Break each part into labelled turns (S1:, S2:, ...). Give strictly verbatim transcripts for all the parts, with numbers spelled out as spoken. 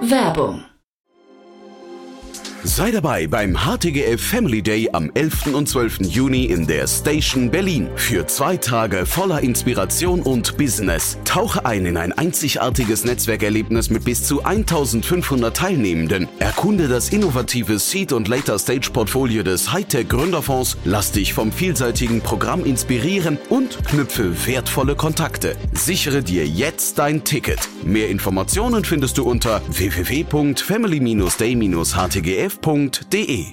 S1: Werbung.
S2: Sei dabei beim H T G F Family Day am elften und zwölften Juni in der Station Berlin. Für zwei Tage voller Inspiration und Business. Tauche ein in ein einzigartiges Netzwerkerlebnis mit bis zu eintausendfünfhundert Teilnehmenden. Erkunde das innovative Seed- und Later-Stage-Portfolio des Hightech-Gründerfonds. Lass dich vom vielseitigen Programm inspirieren und knüpfe wertvolle Kontakte. Sichere dir jetzt dein Ticket. Mehr Informationen findest du unter w w w punkt family day dash h t g f punkt d e.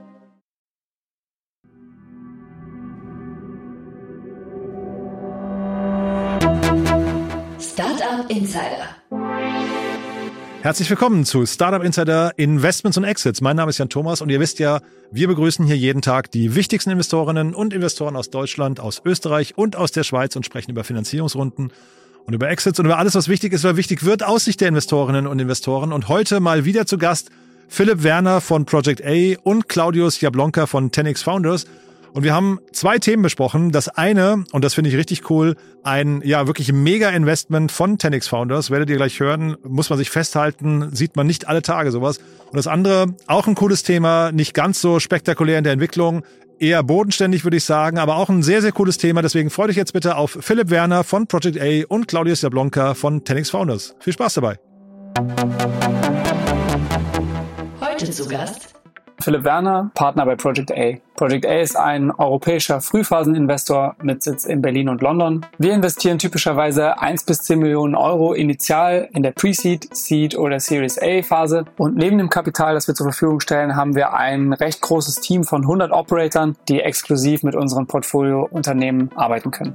S1: Startup Insider.
S3: Herzlich willkommen zu Startup Insider Investments und Exits. Mein Name ist Jan Thomas und ihr wisst ja, wir begrüßen hier jeden Tag die wichtigsten Investorinnen und Investoren aus Deutschland, aus Österreich und aus der Schweiz und sprechen über Finanzierungsrunden und über Exits und über alles, was wichtig ist, oder wichtig wird aus Sicht der Investorinnen und Investoren. Und heute mal wieder zu Gast Philipp Werner von Project A und Claudius Jablonka von ten x Founders. Und wir haben zwei Themen besprochen. Das eine, und das finde ich richtig cool, ein ja wirklich Mega-Investment von ten x Founders. Werdet ihr gleich hören, muss man sich festhalten, sieht man nicht alle Tage sowas. Und das andere, auch ein cooles Thema, nicht ganz so spektakulär in der Entwicklung, eher bodenständig, würde ich sagen, aber auch ein sehr, sehr cooles Thema. Deswegen freut euch jetzt bitte auf Philipp Werner von Project A und Claudius Jablonka von ten x Founders. Viel Spaß dabei.
S1: Heute zu Gast
S4: Philipp Werner, Partner bei Project A. Project A ist ein europäischer Frühphaseninvestor mit Sitz in Berlin und London. Wir investieren typischerweise eins bis zehn Millionen Euro initial in der Pre-Seed, Seed oder Series A Phase. Und neben dem Kapital, das wir zur Verfügung stellen, haben wir ein recht großes Team von hundert Operatoren, die exklusiv mit unseren Portfolio-Unternehmen arbeiten können.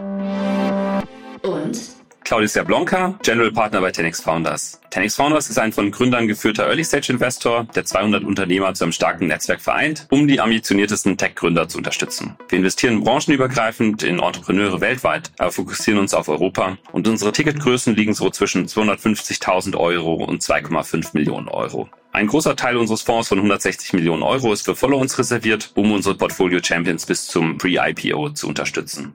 S1: und
S5: Claudius Jablonka, General Partner bei ten x Founders. ten x Founders ist ein von Gründern geführter Early-Stage-Investor, der zweihundert Unternehmer zu einem starken Netzwerk vereint, um die ambitioniertesten Tech-Gründer zu unterstützen. Wir investieren branchenübergreifend in Entrepreneure weltweit, aber fokussieren uns auf Europa und unsere Ticketgrößen liegen so zwischen zweihundertfünfzigtausend Euro und zwei Komma fünf Millionen Euro. Ein großer Teil unseres Fonds von hundertsechzig Millionen Euro ist für Follow-ons reserviert, um unsere Portfolio-Champions bis zum Pre-I P O zu unterstützen.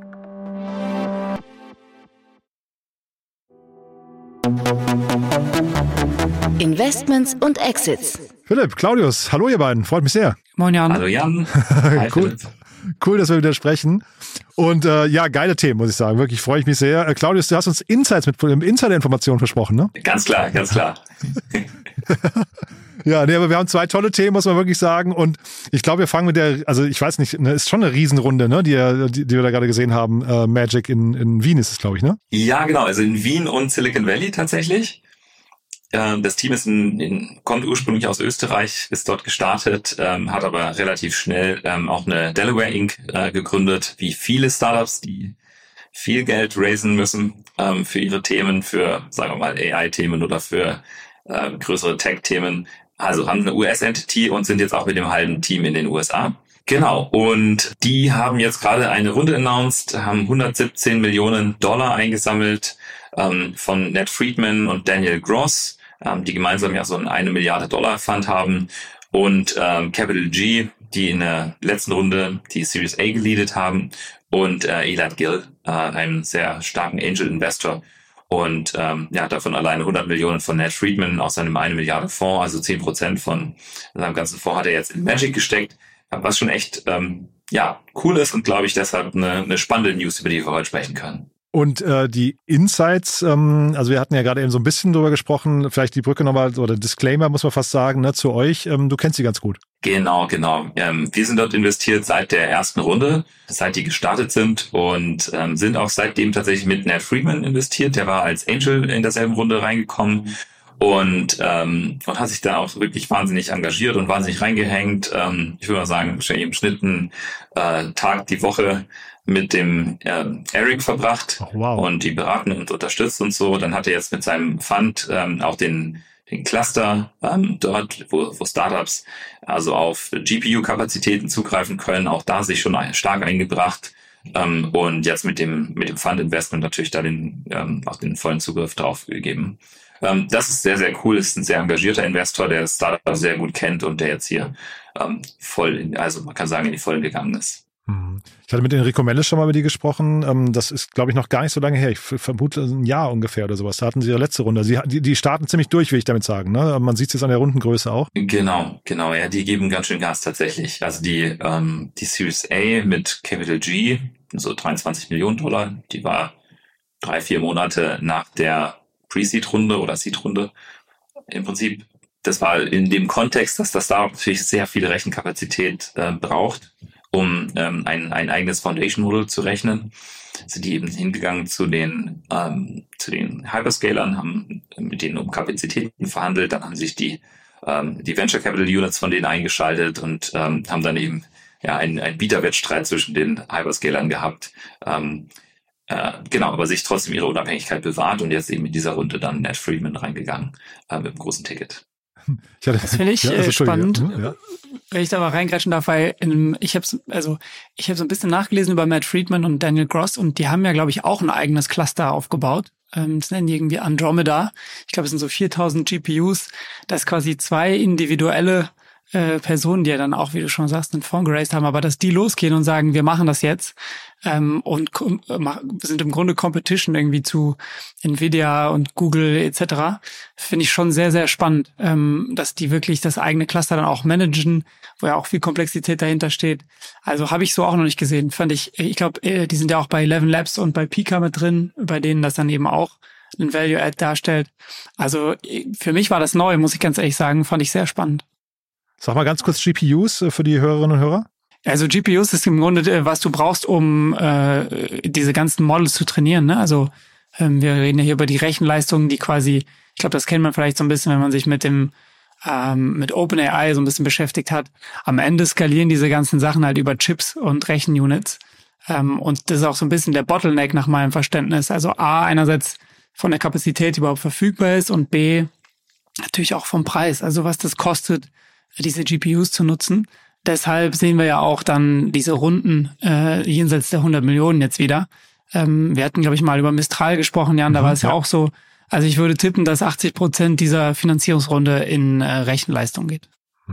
S1: Investments und Exits.
S3: Philipp, Claudius, hallo ihr beiden, freut mich sehr.
S4: Moin Jan.
S5: Hallo Jan. Hi,
S3: cool. Cool, dass wir wieder sprechen. Und äh, ja, geile Themen, muss ich sagen. Wirklich freue ich mich sehr. Äh, Claudius, du hast uns Insights mit Insider-Informationen versprochen, ne?
S5: Ganz klar, ganz klar.
S3: Ja, nee, aber wir haben zwei tolle Themen, muss man wirklich sagen. Und ich glaube, wir fangen mit der, also ich weiß nicht, ne, ist schon eine Riesenrunde, ne, die, die, die wir da gerade gesehen haben. Äh, Magic in, in Wien ist es, glaube ich, ne?
S5: Ja, genau. Also in Wien und Silicon Valley tatsächlich. Das Team ist in, in, kommt ursprünglich aus Österreich, ist dort gestartet, ähm, hat aber relativ schnell ähm, auch eine Delaware Incorporated äh, gegründet, wie viele Startups, die viel Geld raisen müssen ähm, für ihre Themen, für, sagen wir mal, A I-Themen oder für äh, größere Tech-Themen. Also haben eine U S-Entity und sind jetzt auch mit dem halben Team in den U S A. Genau, und die haben jetzt gerade eine Runde announced, haben hundertsiebzehn Millionen Dollar eingesammelt ähm, von Ned Friedman und Daniel Gross, ähm, die gemeinsam ja so einen eine Milliarde Dollar Fund haben, und ähm, Capital G, die in der letzten Runde die Series A geleadet haben, und äh, Elad Gil, äh, einem sehr starken Angel Investor. Und ähm, ja, davon alleine hundert Millionen von Ned Friedman aus seinem eine Milliarde Fonds, also zehn Prozent von seinem ganzen Fonds hat er jetzt in Magic gesteckt, was schon echt ähm, ja cool ist und glaube ich deshalb eine, eine spannende News, über die wir heute sprechen können.
S3: Und äh, die Insights, ähm, also wir hatten ja gerade eben so ein bisschen drüber gesprochen, vielleicht die Brücke nochmal, oder Disclaimer muss man fast sagen, ne, zu euch, ähm, du kennst sie ganz gut.
S5: Genau, genau. Ähm, wir sind dort investiert seit der ersten Runde, seit die gestartet sind, und ähm, sind auch seitdem tatsächlich mit Ned Friedman investiert, der war als Angel in derselben Runde reingekommen. Und ähm, und hat sich da auch wirklich wahnsinnig engagiert und wahnsinnig reingehängt. Ähm, ich würde mal sagen, wahrscheinlich im Schnitt einen äh, Tag die Woche mit dem äh, Eric verbracht.
S3: Oh, wow.
S5: Und die beraten und unterstützt und so. Dann hat er jetzt mit seinem Fund ähm, auch den den Cluster ähm, dort, wo, wo Startups also auf G P U-Kapazitäten zugreifen können, auch da sich schon stark eingebracht. Ähm, und jetzt mit dem mit dem Fund-Investment natürlich da den ähm, auch den vollen Zugriff drauf gegeben. Ähm, das ist sehr, sehr cool. Ist ein sehr engagierter Investor, der das Startup sehr gut kennt und der jetzt hier ähm, voll, in, also man kann sagen, in die Vollen gegangen ist.
S3: Ich hatte mit Enrico Mellis schon mal über die gesprochen. Das ist, glaube ich, noch gar nicht so lange her. Ich vermute ein Jahr ungefähr oder sowas. Da hatten sie ihre letzte Runde. Sie, die, die starten ziemlich durch, will ich damit sagen. Ne? Man sieht es jetzt an der Rundengröße auch.
S5: Genau, genau. Ja, die geben ganz schön Gas tatsächlich. Also die, ähm, die Series A mit Capital G, so dreiundzwanzig Millionen Dollar, die war drei, vier Monate nach der Pre-Seed-Runde oder Seed-Runde. Im Prinzip, das war in dem Kontext, dass das da natürlich sehr viel Rechenkapazität äh, braucht, um ähm, ein, ein eigenes Foundation-Model zu rechnen, sind die eben hingegangen zu den ähm, zu den Hyperscalern, haben mit denen um Kapazitäten verhandelt, dann haben sich die ähm, die Venture Capital Units von denen eingeschaltet und ähm, haben dann eben ja einen, einen Bieterwettstreit zwischen den Hyperscalern gehabt. Ähm, äh, genau, aber sich trotzdem ihre Unabhängigkeit bewahrt und jetzt eben in dieser Runde dann Nat Friedman reingegangen äh, mit einem großen Ticket.
S6: Ich hatte, das finde ich ja, also spannend, ja. Wenn ich da mal reingrätschen darf, weil in, ich habe also ich habe so ein bisschen nachgelesen über Matt Friedman und Daniel Gross und die haben ja, glaube ich, auch ein eigenes Cluster aufgebaut. Ähm, das nennen die irgendwie Andromeda. Ich glaube, es sind so viertausend G P Us. Das ist quasi zwei individuelle äh, Personen, die ja dann auch, wie du schon sagst, einen Fonds geraced haben, aber dass die losgehen und sagen, wir machen das jetzt ähm, und kom- sind im Grunde Competition irgendwie zu Nvidia und Google et cetera, finde ich schon sehr, sehr spannend, ähm, dass die wirklich das eigene Cluster dann auch managen, wo ja auch viel Komplexität dahinter steht. Also habe ich so auch noch nicht gesehen, fand ich. Ich glaube, die sind ja auch bei Eleven Labs und bei Pika mit drin, bei denen das dann eben auch einen Value-Add darstellt. Also für mich war das neu, muss ich ganz ehrlich sagen, fand ich sehr spannend.
S3: Sag mal ganz kurz G P Us für die Hörerinnen und Hörer.
S6: Also G P Us ist im Grunde, was du brauchst, um äh, diese ganzen Models zu trainieren. Ne? Also ähm, wir reden ja hier über die Rechenleistungen, die quasi, ich glaube, das kennt man vielleicht so ein bisschen, wenn man sich mit dem ähm, mit OpenAI so ein bisschen beschäftigt hat. Am Ende skalieren diese ganzen Sachen halt über Chips und Rechenunits. Ähm, und das ist auch so ein bisschen der Bottleneck nach meinem Verständnis. Also A, einerseits von der Kapazität, die überhaupt verfügbar ist, und B, natürlich auch vom Preis. Also was das kostet, diese G P Us zu nutzen. Deshalb sehen wir ja auch dann diese Runden äh, jenseits der hundert Millionen jetzt wieder. Ähm, wir hatten, glaube ich, mal über Mistral gesprochen, Jan, da mhm, war es ja. ja auch so. Also ich würde tippen, dass achtzig Prozent dieser Finanzierungsrunde in äh, Rechenleistung geht.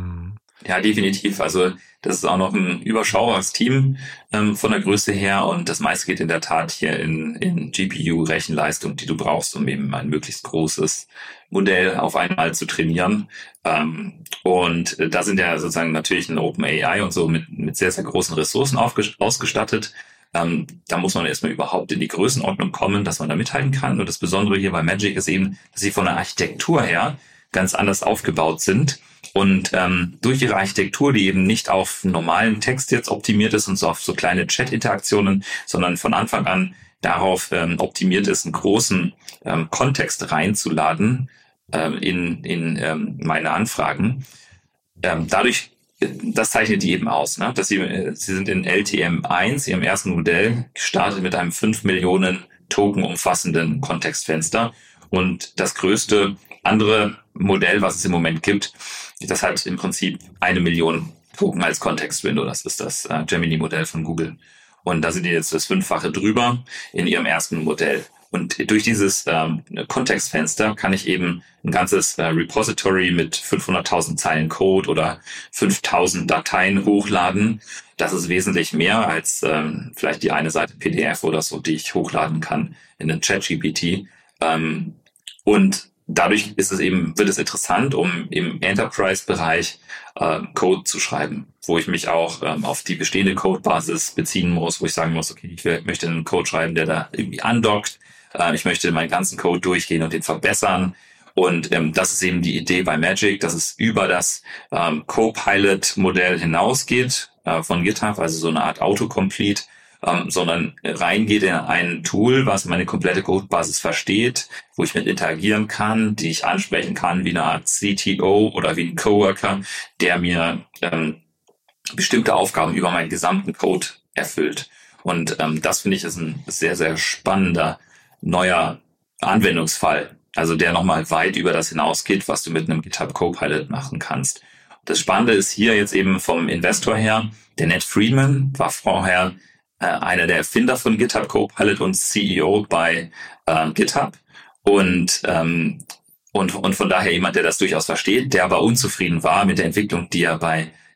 S5: Ja, definitiv. Also das ist auch noch ein überschaubares Team ähm, von der Größe her und das meiste geht in der Tat hier in, in G P U-Rechenleistung, die du brauchst, um eben ein möglichst großes Modell auf einmal zu trainieren. Ähm, und da sind ja sozusagen natürlich ein OpenAI und so mit, mit sehr, sehr großen Ressourcen aufges- ausgestattet. Ähm, da muss man erstmal überhaupt in die Größenordnung kommen, dass man da mithalten kann. Und das Besondere hier bei Magic ist eben, dass sie von der Architektur her ganz anders aufgebaut sind. Und ähm, durch ihre Architektur, die eben nicht auf normalen Text jetzt optimiert ist und so auf so kleine Chat-Interaktionen, sondern von Anfang an darauf ähm, optimiert ist, einen großen ähm, Kontext reinzuladen ähm, in, in ähm, meine Anfragen. Ähm, dadurch, das zeichnet die eben aus, ne? Dass sie, äh, sie sind in L T M eins, ihrem ersten Modell, gestartet mit einem fünf Millionen Token umfassenden Kontextfenster. Und das größte andere Modell, was es im Moment gibt, das hat im Prinzip eine Million Token als Kontext-Window. Das ist das äh, Gemini-Modell von Google. Und da sind die jetzt das Fünffache drüber in ihrem ersten Modell. Und durch dieses ähm, Kontextfenster kann ich eben ein ganzes äh, Repository mit fünfhunderttausend Zeilen Code oder fünftausend Dateien hochladen. Das ist wesentlich mehr als ähm, vielleicht die eine Seite P D F oder so, die ich hochladen kann in den ChatGPT. Ähm, und dadurch ist es eben, wird es interessant, um im Enterprise-Bereich äh, Code zu schreiben, wo ich mich auch ähm, auf die bestehende Codebasis beziehen muss, wo ich sagen muss, okay, ich will, möchte einen Code schreiben, der da irgendwie andockt. Äh, ich möchte meinen ganzen Code durchgehen und den verbessern. Und ähm, das ist eben die Idee bei Magic, dass es über das ähm, Copilot-Modell hinausgeht äh, von GitHub, also so eine Art Autocomplete, ähm, sondern reingeht in ein Tool, was meine komplette Codebasis versteht, wo ich mit interagieren kann, die ich ansprechen kann wie eine Art C T O oder wie ein Coworker, der mir ähm, bestimmte Aufgaben über meinen gesamten Code erfüllt. Und ähm, das finde ich ist ein sehr, sehr spannender neuer Anwendungsfall, also der nochmal weit über das hinausgeht, was du mit einem GitHub Copilot machen kannst. Das Spannende ist hier jetzt eben vom Investor her, der Nat Friedman war vorher äh, einer der Erfinder von GitHub Copilot und C E O bei äh, GitHub und, ähm, und, und von daher jemand, der das durchaus versteht, der aber unzufrieden war mit der Entwicklung, die er bei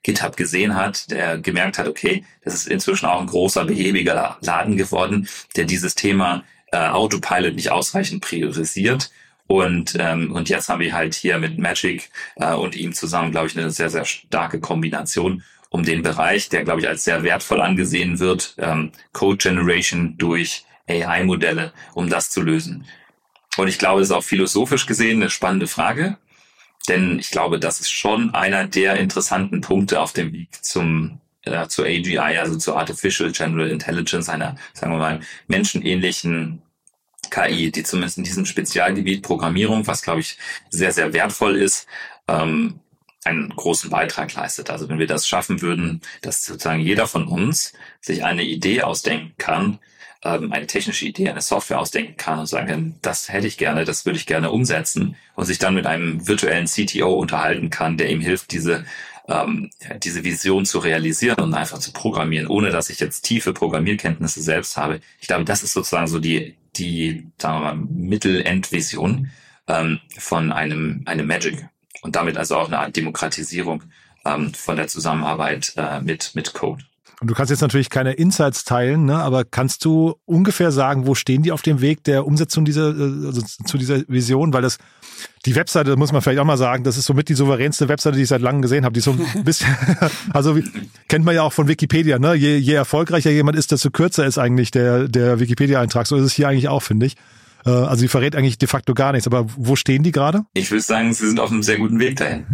S5: GitHub gesehen hat, der gemerkt hat, okay, das ist inzwischen auch ein großer, behäbiger Laden geworden, der dieses Thema äh, Autopilot nicht ausreichend priorisiert. Und ähm, und jetzt haben wir halt hier mit Magic äh, und ihm zusammen, glaube ich, eine sehr, sehr starke Kombination, um den Bereich, der, glaube ich, als sehr wertvoll angesehen wird, ähm, Code Generation durch A I-Modelle, um das zu lösen. Und ich glaube, das ist auch philosophisch gesehen eine spannende Frage, denn ich glaube, das ist schon einer der interessanten Punkte auf dem Weg zum äh, zu A G I, also zu Artificial General Intelligence, einer, sagen wir mal, menschenähnlichen K I, die zumindest in diesem Spezialgebiet Programmierung, was, glaube ich, sehr, sehr wertvoll ist, ähm, einen großen Beitrag leistet. Also wenn wir das schaffen würden, dass sozusagen jeder von uns sich eine Idee ausdenken kann, ähm, eine technische Idee, eine Software ausdenken kann und sagen kann, das hätte ich gerne, das würde ich gerne umsetzen und sich dann mit einem virtuellen C T O unterhalten kann, der ihm hilft, diese ähm, diese Vision zu realisieren und einfach zu programmieren, ohne dass ich jetzt tiefe Programmierkenntnisse selbst habe. Ich glaube, das ist sozusagen so die die, sagen wir mal, Mittelendvision ähm, von einem einem Magic und damit also auch eine Art Demokratisierung ähm, von der Zusammenarbeit äh, mit mit Code.
S3: Und du kannst jetzt natürlich keine Insights teilen, ne? Aber kannst du ungefähr sagen, wo stehen die auf dem Weg der Umsetzung dieser, also zu dieser Vision? Weil das, die Webseite, muss man vielleicht auch mal sagen, das ist somit die souveränste Webseite, die ich seit langem gesehen habe. Die ist so ein bisschen, also wie, kennt man ja auch von Wikipedia, ne? Je, je erfolgreicher jemand ist, desto kürzer ist eigentlich der, der Wikipedia-Eintrag. So ist es hier eigentlich auch, finde ich. Also sie verrät eigentlich de facto gar nichts, aber wo stehen die gerade?
S5: Ich würde sagen, sie sind auf einem sehr guten Weg dahin.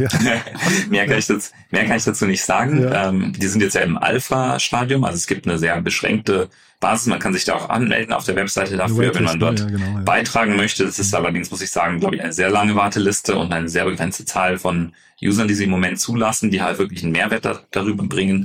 S5: mehr, kann ich dazu, mehr kann ich dazu nicht sagen. Ja. Ähm, die sind jetzt ja im Alpha-Stadium, also es gibt eine sehr beschränkte Basis. Man kann sich da auch anmelden auf der Webseite dafür, wenn man dort ja, genau, ja. beitragen möchte. Das ist allerdings, muss ich sagen, glaube ich, eine sehr lange Warteliste und eine sehr begrenzte Zahl von Usern, die sie im Moment zulassen, die halt wirklich einen Mehrwert da, darüber bringen.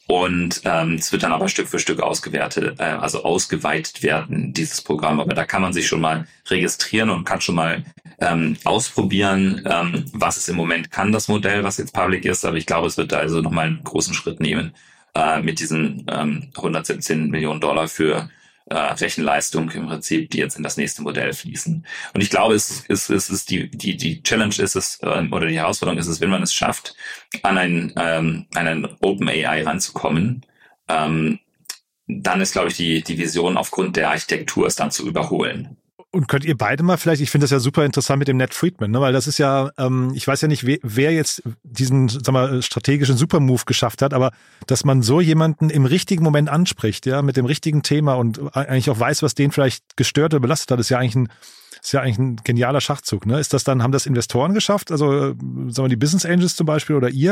S5: Und ähm, es wird dann aber Stück für Stück ausgewertet, äh, also ausgeweitet werden, dieses Programm. Aber da kann man sich schon mal registrieren und kann schon mal ähm, ausprobieren, ähm, was es im Moment kann, das Modell, was jetzt public ist. Aber ich glaube, es wird da also nochmal einen großen Schritt nehmen äh, mit diesen ähm, hundertsiebzehn Millionen Dollar für äh, Rechenleistung im Prinzip, die jetzt in das nächste Modell fließen. Und ich glaube, es ist, es ist die, die, die Challenge ist es, äh, oder die Herausforderung ist es, wenn man es schafft, an einen, ähm, einen Open A I ranzukommen, ähm, dann ist, glaube ich, die, die Vision aufgrund der Architektur es dann zu überholen.
S3: Und könnt ihr beide mal vielleicht, ich finde das ja super interessant mit dem Nat Friedman, ne? Weil das ist ja, ähm, ich weiß ja nicht, wer, wer jetzt diesen, sag mal, strategischen Supermove geschafft hat, aber dass man so jemanden im richtigen Moment anspricht, ja, mit dem richtigen Thema und eigentlich auch weiß, was den vielleicht gestört oder belastet hat, ist ja eigentlich ein, ist ja eigentlich ein genialer Schachzug, ne? Ist das dann, haben das Investoren geschafft, also sagen wir die Business Angels zum Beispiel oder ihr,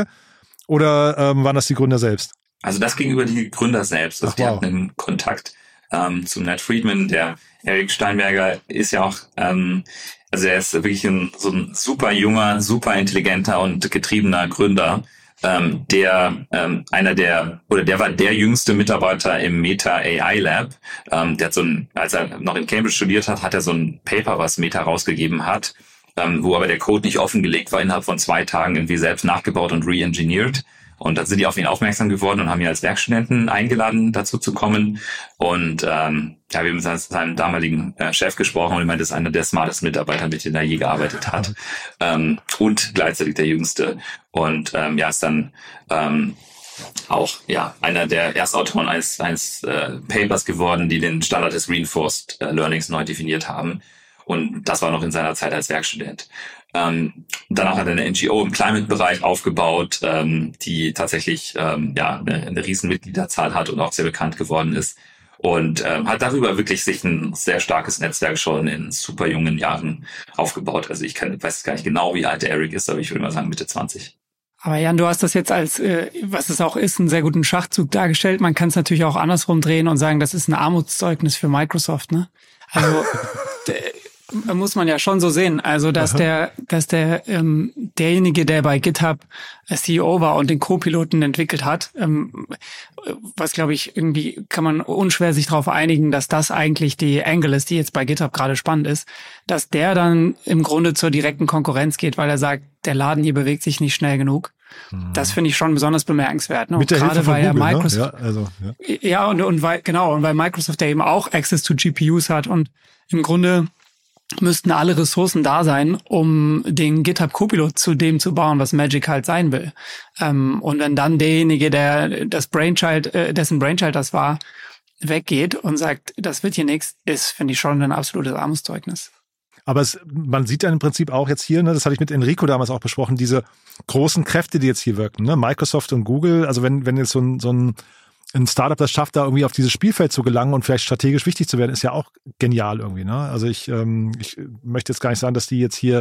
S3: oder ähm, waren das die Gründer selbst?
S5: Also das gegenüber die Gründer selbst, also Ach, die wow. hatten einen Kontakt ähm, zu Nat Friedman, der Eric Steinberger ist ja auch, ähm, also er ist wirklich ein, so ein super junger, super intelligenter und getriebener Gründer, ähm, der ähm, einer der, oder der war der jüngste Mitarbeiter im Meta A I Lab. Ähm, der hat so ein, als er noch in Cambridge studiert hat, hat er so ein Paper, was Meta rausgegeben hat, ähm, wo aber der Code nicht offengelegt war, innerhalb von zwei Tagen irgendwie selbst nachgebaut und re-engineert. Und dann sind die auf ihn aufmerksam geworden und haben ihn als Werkstudenten eingeladen, dazu zu kommen. Und ähm, ja, wir haben mit seinem damaligen äh, Chef gesprochen und ich meine, das ist einer der smartesten Mitarbeiter, mit denen er je gearbeitet hat. Ähm, und gleichzeitig der jüngste. Und ähm, ja, ist dann ähm, auch ja einer der Erstautoren eines, eines äh, Papers geworden, die den Standard des Reinforced äh, Learnings neu definiert haben. Und das war noch in seiner Zeit als Werkstudent. Ähm, danach hat er eine N G O im Climate-Bereich aufgebaut, ähm, die tatsächlich ähm, ja eine, eine riesen Mitgliederzahl hat und auch sehr bekannt geworden ist. Und ähm, hat darüber wirklich sich ein sehr starkes Netzwerk schon in super jungen Jahren aufgebaut. Also ich kann, weiß gar nicht genau, wie alt der Eric ist, aber ich würde mal sagen Mitte zwanzig.
S6: Aber Jan, du hast das jetzt als, äh, was es auch ist, einen sehr guten Schachzug dargestellt. Man kann es natürlich auch andersrum drehen und sagen, das ist ein Armutszeugnis für Microsoft, ne? Also muss man ja schon so sehen, also dass Aha. der, dass der ähm, derjenige, der bei GitHub C E O war und den Co-Piloten entwickelt hat, ähm, was glaube ich irgendwie kann man unschwer sich darauf einigen, dass das eigentlich die Angle ist, die jetzt bei GitHub gerade spannend ist, dass der dann im Grunde zur direkten Konkurrenz geht, weil er sagt, der Laden hier bewegt sich nicht schnell genug. Hm. Das finde ich schon besonders bemerkenswert. Ne?
S3: Mit der Hilfe von
S6: weil
S3: Google,
S6: ja Microsoft,
S3: ne? Ja, also, ja.
S6: ja und, und weil genau und weil Microsoft ja eben auch Access to G P Us hat und im Grunde müssten alle Ressourcen da sein, um den GitHub Copilot zu dem zu bauen, was Magic halt sein will. Ähm, und wenn dann derjenige, der das Brainchild, äh, dessen Brainchild das war, weggeht und sagt, das wird hier nichts, ist, finde ich, schon ein absolutes Armutszeugnis.
S3: Aber es, man sieht ja im Prinzip auch jetzt hier, ne, das hatte ich mit Enrico damals auch besprochen, diese großen Kräfte, die jetzt hier wirken, ne? Microsoft und Google, also wenn, wenn jetzt so ein, so ein ein Startup das schafft, da irgendwie auf dieses Spielfeld zu gelangen und vielleicht strategisch wichtig zu werden, ist ja auch genial irgendwie, ne? Also ich, ähm, ich möchte jetzt gar nicht sagen, dass die jetzt hier,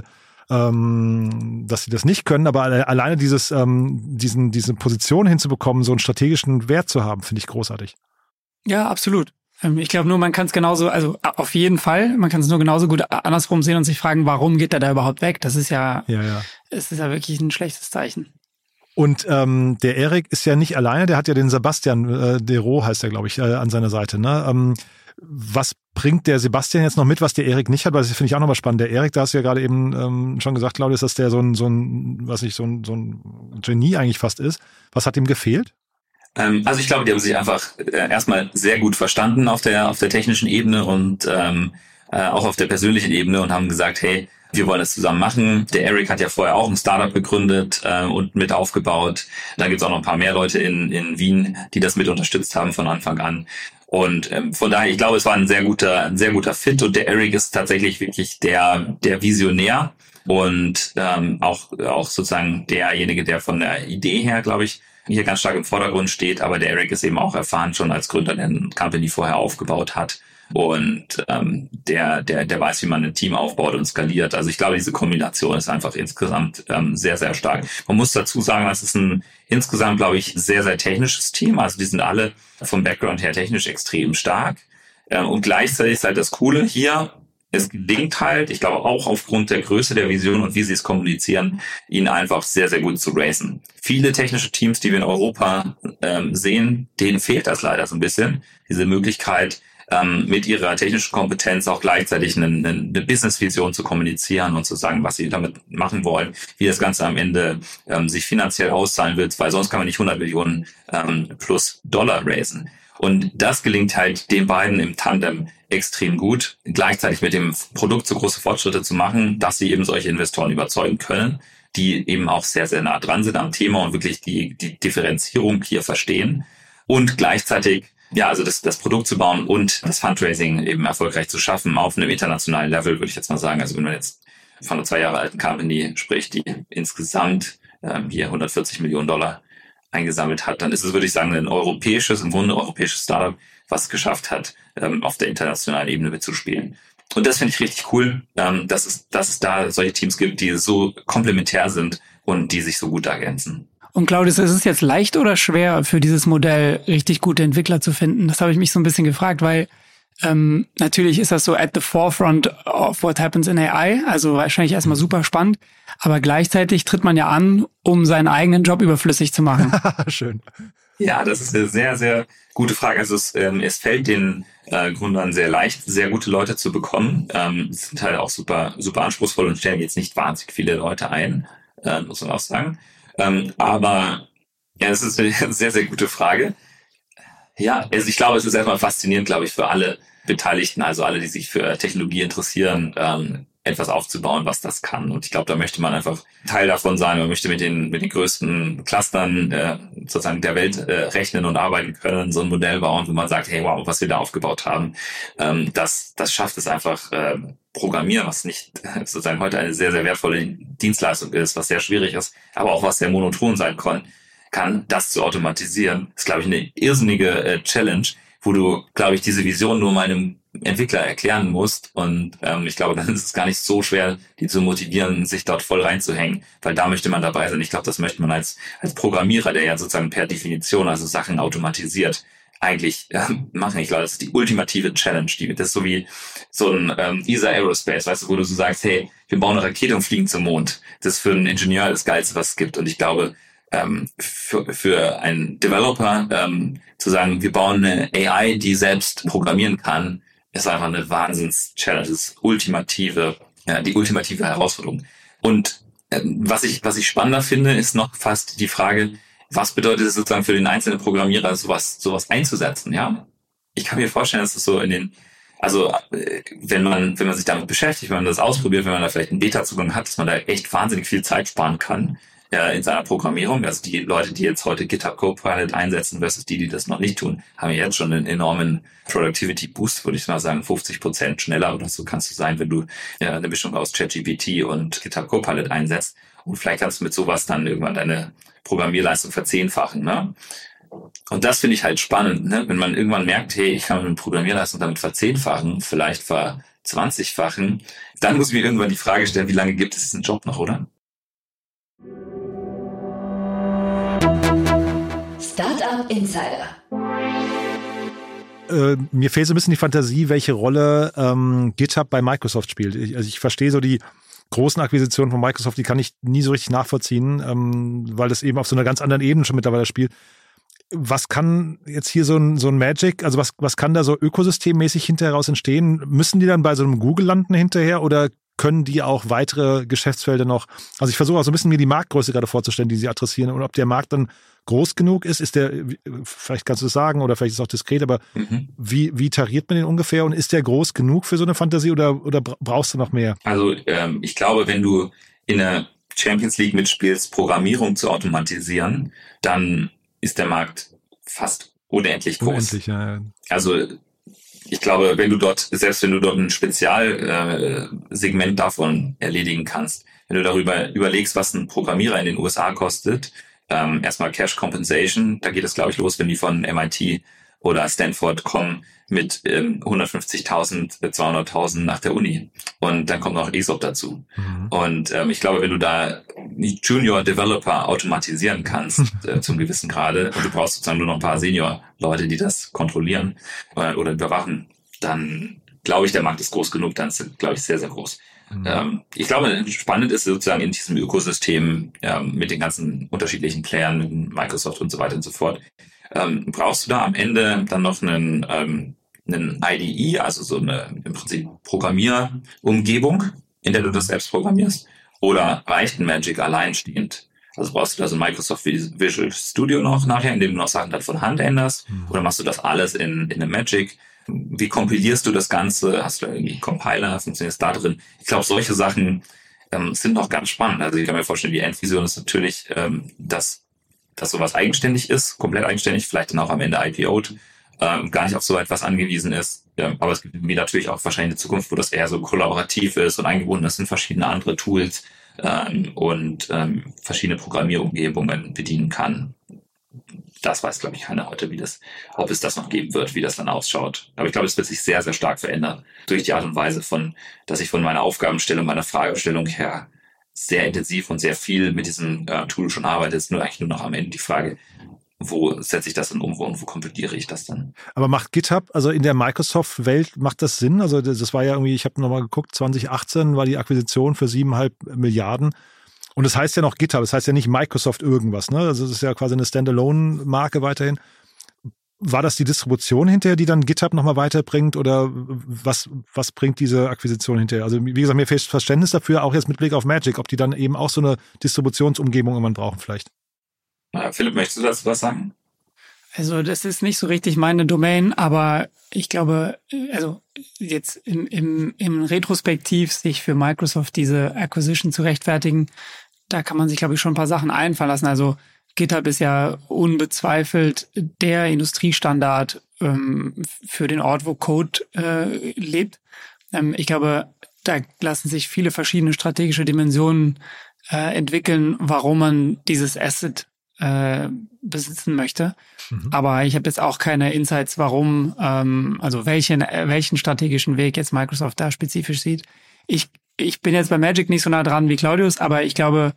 S3: ähm, dass sie das nicht können, aber alle, alleine dieses, ähm, diesen, diese Position hinzubekommen, so einen strategischen Wert zu haben, finde ich großartig.
S6: Ja, absolut. Ich glaube nur, man kann es genauso, also auf jeden Fall, man kann es nur genauso gut andersrum sehen und sich fragen, warum geht der da überhaupt weg? Das ist ja,
S3: ja, ja.
S6: Es ist ja wirklich ein schlechtes Zeichen.
S3: Und ähm, der Erik ist ja nicht alleine, der hat ja den Sebastian äh, Dero, heißt er, glaube ich, äh, an seiner Seite. Ne? Ähm, was bringt der Sebastian jetzt noch mit, was der Erik nicht hat? Weil das finde ich auch nochmal spannend. Der Erik, da hast du ja gerade eben ähm, schon gesagt, Claudius, dass der so ein, so ein, was ich, so ein, so ein Genie eigentlich fast ist. Was hat ihm gefehlt?
S5: Ähm, also ich glaube, die haben sich einfach äh, erstmal sehr gut verstanden auf der auf der technischen Ebene und ähm, äh, auch auf der persönlichen Ebene und haben gesagt, hey, wir wollen das zusammen machen. Der Eric hat ja vorher auch ein Startup gegründet äh, und mit aufgebaut. Dann gibt es auch noch ein paar mehr Leute in in Wien, die das mit unterstützt haben von Anfang an. Und ähm, von daher, ich glaube, es war ein sehr guter, ein sehr guter Fit. Und der Eric ist tatsächlich wirklich der der Visionär und ähm, auch auch sozusagen derjenige, der von der Idee her, glaube ich, hier ganz stark im Vordergrund steht. Aber der Eric ist eben auch erfahren schon als Gründer, der eine Company vorher aufgebaut hat. Und ähm, der der der weiß, wie man ein Team aufbaut und skaliert. Also ich glaube, diese Kombination ist einfach insgesamt ähm, sehr, sehr stark. Man muss dazu sagen, das ist ein insgesamt, glaube ich, sehr, sehr technisches Team. Also die sind alle vom Background her technisch extrem stark. Ähm, und gleichzeitig ist halt das Coole hier, es gelingt halt, ich glaube auch aufgrund der Größe der Vision und wie sie es kommunizieren, ihnen einfach sehr, sehr gut zu racen. Viele technische Teams, die wir in Europa ähm, sehen, denen fehlt das leider so ein bisschen, diese Möglichkeit, ähm, mit ihrer technischen Kompetenz auch gleichzeitig eine, eine, eine Business-Vision zu kommunizieren und zu sagen, was sie damit machen wollen, wie das Ganze am Ende ähm, sich finanziell auszahlen wird, weil sonst kann man nicht hundert Millionen ähm, plus Dollar raisen. Und das gelingt halt den beiden im Tandem extrem gut, gleichzeitig mit dem Produkt so große Fortschritte zu machen, dass sie eben solche Investoren überzeugen können, die eben auch sehr, sehr nah dran sind am Thema und wirklich die, die Differenzierung hier verstehen und gleichzeitig ja, also das, das Produkt zu bauen und das Fundraising eben erfolgreich zu schaffen auf einem internationalen Level, würde ich jetzt mal sagen. Also wenn man jetzt von einer zwei Jahre alten Company spricht, die insgesamt ähm, hier hundertvierzig Millionen Dollar eingesammelt hat, dann ist es, würde ich sagen, ein europäisches, im Grunde europäisches Startup, was es geschafft hat, ähm, auf der internationalen Ebene mitzuspielen. Und das finde ich richtig cool, ähm, dass es, dass es da solche Teams gibt, die so komplementär sind und die sich so gut ergänzen.
S6: Und Claudius, ist es jetzt leicht oder schwer für dieses Modell richtig gute Entwickler zu finden? Das habe ich mich so ein bisschen gefragt, weil ähm, natürlich ist das so at the forefront of what happens in A I, also wahrscheinlich erstmal super spannend, aber gleichzeitig tritt man ja an, um seinen eigenen Job überflüssig zu machen.
S3: Schön.
S5: Ja, das ist eine sehr, sehr gute Frage. Also es, ähm, es fällt den äh, Gründern sehr leicht, sehr gute Leute zu bekommen. Ähm, sind halt auch super, super anspruchsvoll und stellen jetzt nicht wahnsinnig viele Leute ein, äh, muss man auch sagen. Ähm, aber ja, das ist eine sehr, sehr gute Frage. Ja, also ich glaube, es ist erstmal faszinierend, glaube ich, für alle Beteiligten, also alle, die sich für Technologie interessieren, ähm, etwas aufzubauen, was das kann. Und ich glaube, da möchte man einfach Teil davon sein. Man möchte mit den mit den größten Clustern äh, sozusagen der Welt äh, rechnen und arbeiten können, so ein Modell bauen, wo man sagt, hey, wow, was wir da aufgebaut haben, ähm, das das schafft es einfach, äh, Programmieren, was nicht sozusagen heute eine sehr, sehr wertvolle Dienstleistung ist, was sehr schwierig ist, aber auch was sehr monoton sein kann, kann das zu automatisieren, ist, glaube ich, eine irrsinnige äh, Challenge, wo du, glaube ich, diese Vision nur meinem Entwickler erklären musst. Und ähm, ich glaube, dann ist es gar nicht so schwer, die zu motivieren, sich dort voll reinzuhängen, weil da möchte man dabei sein. Ich glaube, das möchte man als als Programmierer, der ja sozusagen per Definition also Sachen automatisiert, eigentlich äh, machen. Ich glaube, das ist die ultimative Challenge. Die, das ist so wie so ein ähm, E S A Aerospace, weißt du, wo du so sagst, hey, wir bauen eine Rakete und fliegen zum Mond. Das ist für einen Ingenieur das Geilste, was es gibt. Und ich glaube, ähm, für, für einen Developer ähm, zu sagen, wir bauen eine A I, die selbst programmieren kann, ist einfach eine Wahnsinns-Challenge. Das ist ultimative, ja, die ultimative Herausforderung. Und ähm, was ich was ich spannender finde, ist noch fast die Frage, was bedeutet es sozusagen für den einzelnen Programmierer, sowas sowas einzusetzen, ja? Ich kann mir vorstellen, dass es so in den Also wenn man wenn man sich damit beschäftigt, wenn man das ausprobiert, wenn man da vielleicht einen Beta-Zugang hat, dass man da echt wahnsinnig viel Zeit sparen kann äh, in seiner Programmierung. Also die Leute, die jetzt heute GitHub Copilot einsetzen versus die, die das noch nicht tun, haben ja jetzt schon einen enormen Productivity Boost, würde ich mal sagen, fünfzig Prozent schneller oder so kannst du sein, wenn du ja, eine Mischung aus ChatGPT und GitHub Copilot einsetzt. Und vielleicht kannst du mit sowas dann irgendwann deine Programmierleistung verzehnfachen, ne? Und das finde ich halt spannend, ne? Wenn man irgendwann merkt, hey, ich kann meine Programmierleistung damit verzehnfachen, vielleicht verzwanzigfachen, dann muss ich mir irgendwann die Frage stellen, wie lange gibt es diesen Job noch, oder?
S1: Startup Insider.
S3: Äh, mir fehlt so ein bisschen die Fantasie, welche Rolle ähm, GitHub bei Microsoft spielt. Ich, also ich verstehe so die großen Akquisitionen von Microsoft, die kann ich nie so richtig nachvollziehen, ähm, weil das eben auf so einer ganz anderen Ebene schon mittlerweile spielt. Was kann jetzt hier so ein, so ein Magic, also was, was kann da so ökosystemmäßig hinterher raus entstehen? Müssen die dann bei so einem Google landen hinterher oder können die auch weitere Geschäftsfelder noch, also ich versuche auch so ein bisschen mir die Marktgröße gerade vorzustellen, die sie adressieren und ob der Markt dann groß genug ist, ist der, vielleicht kannst du es sagen oder vielleicht ist es auch diskret, aber mhm. wie, wie tariert man den ungefähr und ist der groß genug für so eine Fantasie oder, oder brauchst du noch mehr?
S5: Also ähm, ich glaube, wenn du in der Champions League mitspielst, Programmierung zu automatisieren, dann ist der Markt fast unendlich groß. Unendlich, ja. Also ich glaube, wenn du dort, selbst wenn du dort ein Spezialsegment äh, davon erledigen kannst, wenn du darüber überlegst, was ein Programmierer in den U S A kostet, ähm, erstmal Cash Compensation, da geht es, glaube ich, los, wenn die von M I T oder Stanford kommen mit ähm, hundertfünfzigtausend, zweihunderttausend nach der Uni. Und dann kommt noch E S O P dazu. Mhm. Und ähm, ich glaube, wenn du da die Junior Developer automatisieren kannst, äh, zum gewissen Grade, und du brauchst sozusagen nur noch ein paar Senior-Leute, die das kontrollieren äh, oder überwachen, dann glaube ich, der Markt ist groß genug, dann ist er, glaube ich, sehr, sehr groß. Mhm. Ähm, ich glaube, spannend ist sozusagen in diesem Ökosystem ähm, mit den ganzen unterschiedlichen Playern, mit Microsoft und so weiter und so fort, ähm, brauchst du da am Ende dann noch einen, ähm, einen I D E, also so eine im Prinzip Programmierumgebung, in der du das selbst programmierst, oder reicht ein Magic alleinstehend? Also brauchst du da so ein Microsoft Visual Studio noch nachher, in dem du noch Sachen dann von Hand änderst, mhm. oder machst du das alles in, in einem Magic? Wie kompilierst du das Ganze? Hast du irgendwie einen Compiler? Funktioniert es da drin? Ich glaube, solche Sachen ähm, sind noch ganz spannend. Also ich kann mir vorstellen, die Endvision ist natürlich, ähm, dass, dass sowas eigenständig ist, komplett eigenständig, vielleicht dann auch am Ende I P O'd, ähm, gar nicht auf so etwas angewiesen ist. Ja, aber es gibt mir natürlich auch wahrscheinlich eine Zukunft, wo das eher so kollaborativ ist und eingebunden ist in verschiedene andere Tools ähm, und ähm, verschiedene Programmierumgebungen bedienen kann. Das weiß, glaube ich, keiner heute, wie das, ob es das noch geben wird, wie das dann ausschaut. Aber ich glaube, es wird sich sehr, sehr stark verändern durch die Art und Weise von, dass ich von meiner Aufgabenstellung, meiner Fragestellung her sehr intensiv und sehr viel mit diesem äh, Tool schon arbeite. Es ist nur eigentlich nur noch am Ende die Frage, wo setze ich das dann um und wo kompiliere ich das dann?
S3: Aber macht GitHub, also in der Microsoft-Welt, macht das Sinn? Also das war ja irgendwie, ich habe nochmal geguckt, zwanzig achtzehn war die Akquisition für siebeneinhalb Milliarden. Und das heißt ja noch GitHub, das heißt ja nicht Microsoft irgendwas, ne? Also das ist ja quasi eine Standalone-Marke weiterhin. War das die Distribution hinterher, die dann GitHub nochmal weiterbringt oder was, was bringt diese Akquisition hinterher? Also wie gesagt, mir fehlt Verständnis dafür, auch jetzt mit Blick auf Magic, ob die dann eben auch so eine Distributionsumgebung irgendwann brauchen vielleicht.
S5: Ja, Philipp, möchtest du dazu was sagen?
S6: Also das ist nicht so richtig meine Domain, aber ich glaube, also jetzt im, im, im Retrospektiv sich für Microsoft diese Acquisition zu rechtfertigen, da kann man sich, glaube ich, schon ein paar Sachen einfallen lassen. Also GitHub ist ja unbezweifelt der Industriestandard ähm, für den Ort, wo Code äh, lebt. Ähm, ich glaube, da lassen sich viele verschiedene strategische Dimensionen äh, entwickeln, warum man dieses Asset äh, besitzen möchte. Mhm. Aber ich habe jetzt auch keine Insights, warum, ähm, also welchen, welchen strategischen Weg jetzt Microsoft da spezifisch sieht. Ich Ich bin jetzt bei Magic nicht so nah dran wie Claudius, aber ich glaube,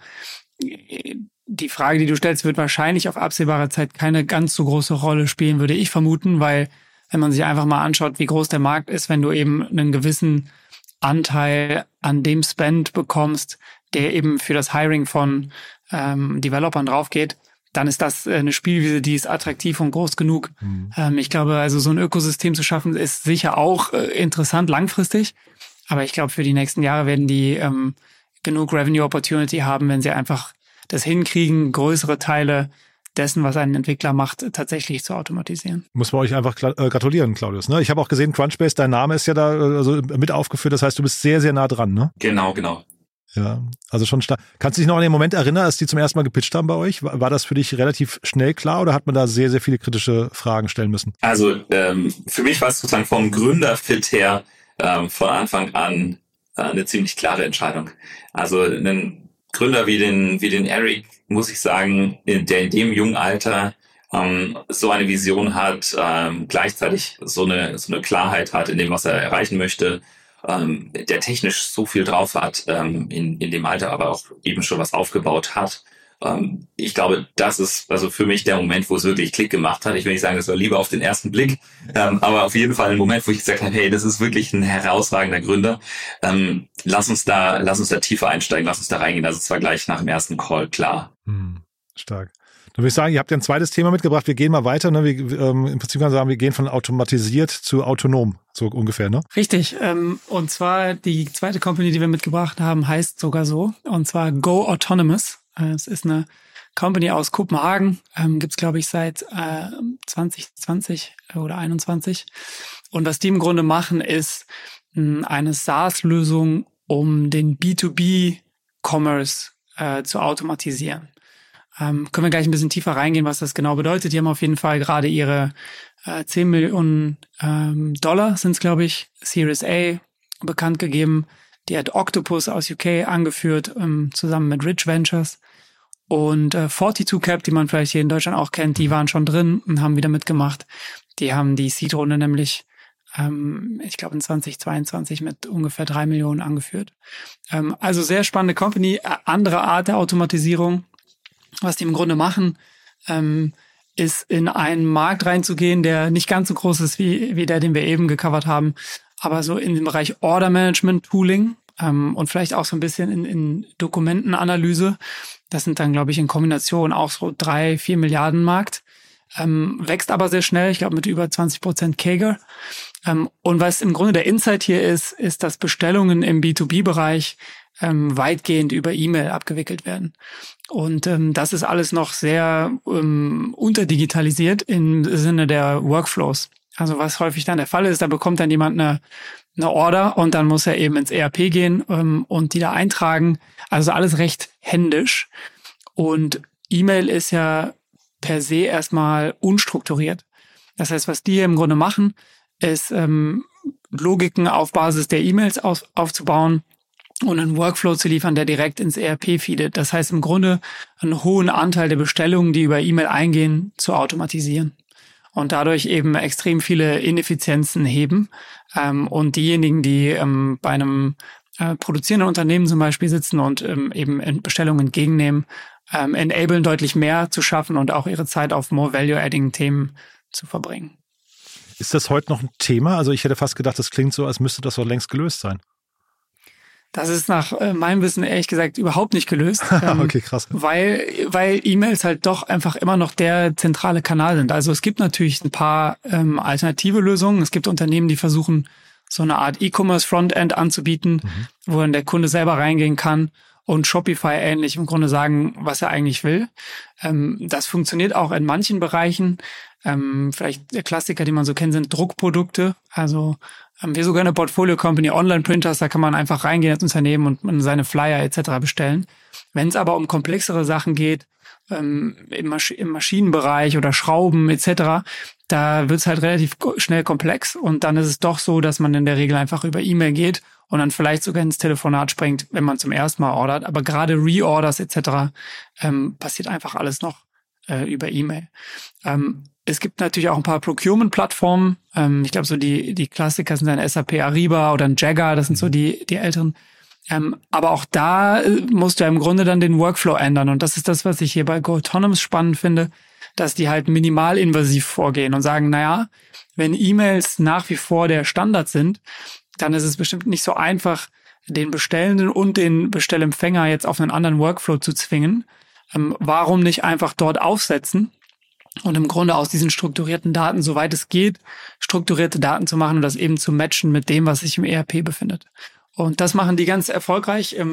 S6: die Frage, die du stellst, wird wahrscheinlich auf absehbare Zeit keine ganz so große Rolle spielen, würde ich vermuten, weil wenn man sich einfach mal anschaut, wie groß der Markt ist, wenn du eben einen gewissen Anteil an dem Spend bekommst, der eben für das Hiring von ähm, Developern draufgeht, dann ist das eine Spielwiese, die ist attraktiv und groß genug. Mhm. Ähm, ich glaube, also so ein Ökosystem zu schaffen, ist sicher auch äh, interessant langfristig. Aber ich glaube, für die nächsten Jahre werden die ähm, genug Revenue Opportunity haben, wenn sie einfach das hinkriegen, größere Teile dessen, was ein Entwickler macht, tatsächlich zu automatisieren.
S3: Muss man euch einfach gratulieren, Claudius. Ne? Ich habe auch gesehen, Crunchbase, dein Name ist ja da also mit aufgeführt, das heißt, du bist sehr, sehr nah dran, ne?
S5: Genau, genau.
S3: Ja, also schon stark. Kannst du dich noch an den Moment erinnern, als die zum ersten Mal gepitcht haben bei euch? War, war das für dich relativ schnell klar oder hat man da sehr, sehr viele kritische Fragen stellen müssen?
S5: Also ähm, für mich war es sozusagen vom Gründerfit her ähm, von Anfang an äh, eine ziemlich klare Entscheidung. Also einen Gründer wie den wie den Eric, muss ich sagen, der in dem jungen Alter ähm, so eine Vision hat, ähm, gleichzeitig so eine so eine Klarheit hat in dem, was er erreichen möchte, ähm, der technisch so viel drauf hat, ähm, in in dem Alter aber auch eben schon was aufgebaut hat. Ähm, ich glaube, das ist also für mich der Moment, wo es wirklich Klick gemacht hat. Ich will nicht sagen, das war lieber auf den ersten Blick, ähm, aber auf jeden Fall ein Moment, wo ich gesagt habe, hey, das ist wirklich ein herausragender Gründer. Ähm, lass uns da, lass uns da tiefer einsteigen, lass uns da reingehen. Also es war gleich nach dem ersten Call klar.
S3: Hm, stark. Dann würde ich sagen, ihr habt ja ein zweites Thema mitgebracht. Wir gehen mal weiter. Ne? Wir, ähm, im Prinzip kann man sagen, wir gehen von automatisiert zu autonom, so ungefähr, ne?
S6: Richtig. Ähm, und zwar die zweite Company, die wir mitgebracht haben, heißt sogar so. Und zwar Go Autonomous. Äh, es ist eine Company aus Kopenhagen. Ähm, gibt's glaube ich, seit äh, zwanzig zwanzig oder einundzwanzig. Und was die im Grunde machen, ist mh, eine SaaS-Lösung, um den B zwei B-Commerce äh, zu automatisieren. Ähm, können wir gleich ein bisschen tiefer reingehen, was das genau bedeutet. Die haben auf jeden Fall gerade ihre äh, zehn Millionen ähm, Dollar, sind es glaube ich, Series A bekannt gegeben. Die hat Octopus aus U K angeführt, ähm, zusammen mit Rich Ventures. Und äh, zweiundvierzig Cap, die man vielleicht hier in Deutschland auch kennt, die waren schon drin und haben wieder mitgemacht. Die haben die Seed-Runde nämlich, ähm, ich glaube in zwanzig zweiundzwanzig mit ungefähr drei Millionen angeführt. Ähm, also sehr spannende Company, äh, andere Art der Automatisierung. Was die im Grunde machen, ähm, ist in einen Markt reinzugehen, der nicht ganz so groß ist wie, wie der, den wir eben gecovert haben, aber so in den Bereich Order Management Tooling ähm, und vielleicht auch so ein bisschen in, in Dokumentenanalyse. Das sind dann, glaube ich, in Kombination auch so drei, vier Milliarden Markt. Ähm, wächst aber sehr schnell, ich glaube mit über zwanzig Prozent C A G R. Ähm, und was im Grunde der Insight hier ist, ist, dass Bestellungen im B zwei B-Bereich ähm, weitgehend über E-Mail abgewickelt werden. Und ähm, das ist alles noch sehr ähm, unterdigitalisiert im Sinne der Workflows. Also was häufig dann der Fall ist, da bekommt dann jemand eine, eine Order und dann muss er eben ins E R P gehen ähm, und die da eintragen. Also alles recht händisch. Und E-Mail ist ja per se erstmal unstrukturiert. Das heißt, was die hier im Grunde machen, ist ähm, Logiken auf Basis der E-Mails auf, aufzubauen und einen Workflow zu liefern, der direkt ins E R P feedet. Das heißt im Grunde einen hohen Anteil der Bestellungen, die über E-Mail eingehen, zu automatisieren und dadurch eben extrem viele Ineffizienzen heben. Ähm, und diejenigen, die ähm, bei einem äh, produzierenden Unternehmen zum Beispiel sitzen und ähm, eben Bestellungen entgegennehmen, ähm, enablen deutlich mehr zu schaffen und auch ihre Zeit auf more value-adding-Themen zu verbringen.
S3: Ist das heute noch ein Thema? Also ich hätte fast gedacht, das klingt so, als müsste das doch längst gelöst sein.
S6: Das ist nach äh, meinem Wissen ehrlich gesagt überhaupt nicht gelöst. Ähm,
S3: okay, krass.
S6: Weil, weil E-Mails halt doch einfach immer noch der zentrale Kanal sind. Also es gibt natürlich ein paar ähm, alternative Lösungen. Es gibt Unternehmen, die versuchen, so eine Art E-Commerce-Frontend anzubieten, mhm. wo dann der Kunde selber reingehen kann und Shopify ähnlich im Grunde sagen, was er eigentlich will. Ähm, das funktioniert auch in manchen Bereichen. Ähm, vielleicht der Klassiker, die man so kennt, sind Druckprodukte. Also haben wir sogar eine Portfolio-Company, Online-Printers, da kann man einfach reingehen als Unternehmen und man seine Flyer et cetera bestellen. Wenn es aber um komplexere Sachen geht, ähm, im, Masch- im Maschinenbereich oder Schrauben et cetera, da wird es halt relativ schnell komplex und dann ist es doch so, dass man in der Regel einfach über E-Mail geht und dann vielleicht sogar ins Telefonat springt, wenn man zum ersten Mal ordert. Aber gerade Reorders et cetera ähm, passiert einfach alles noch äh, über E-Mail. Ähm, Es gibt natürlich auch ein paar Procurement-Plattformen. Ähm, ich glaube, so die die Klassiker sind dann S A P Ariba oder ein Jagger, das sind so die die älteren. Ähm, aber auch da äh, musst du ja im Grunde dann den Workflow ändern. Und das ist das, was ich hier bei Go Autonomous spannend finde, dass die halt minimalinvasiv vorgehen und sagen, naja, wenn E-Mails nach wie vor der Standard sind, dann ist es bestimmt nicht so einfach, den Bestellenden und den Bestellempfänger jetzt auf einen anderen Workflow zu zwingen. Ähm, warum nicht einfach dort aufsetzen? Und im Grunde aus diesen strukturierten Daten, soweit es geht, strukturierte Daten zu machen und das eben zu matchen mit dem, was sich im E R P befindet. Und das machen die ganz erfolgreich.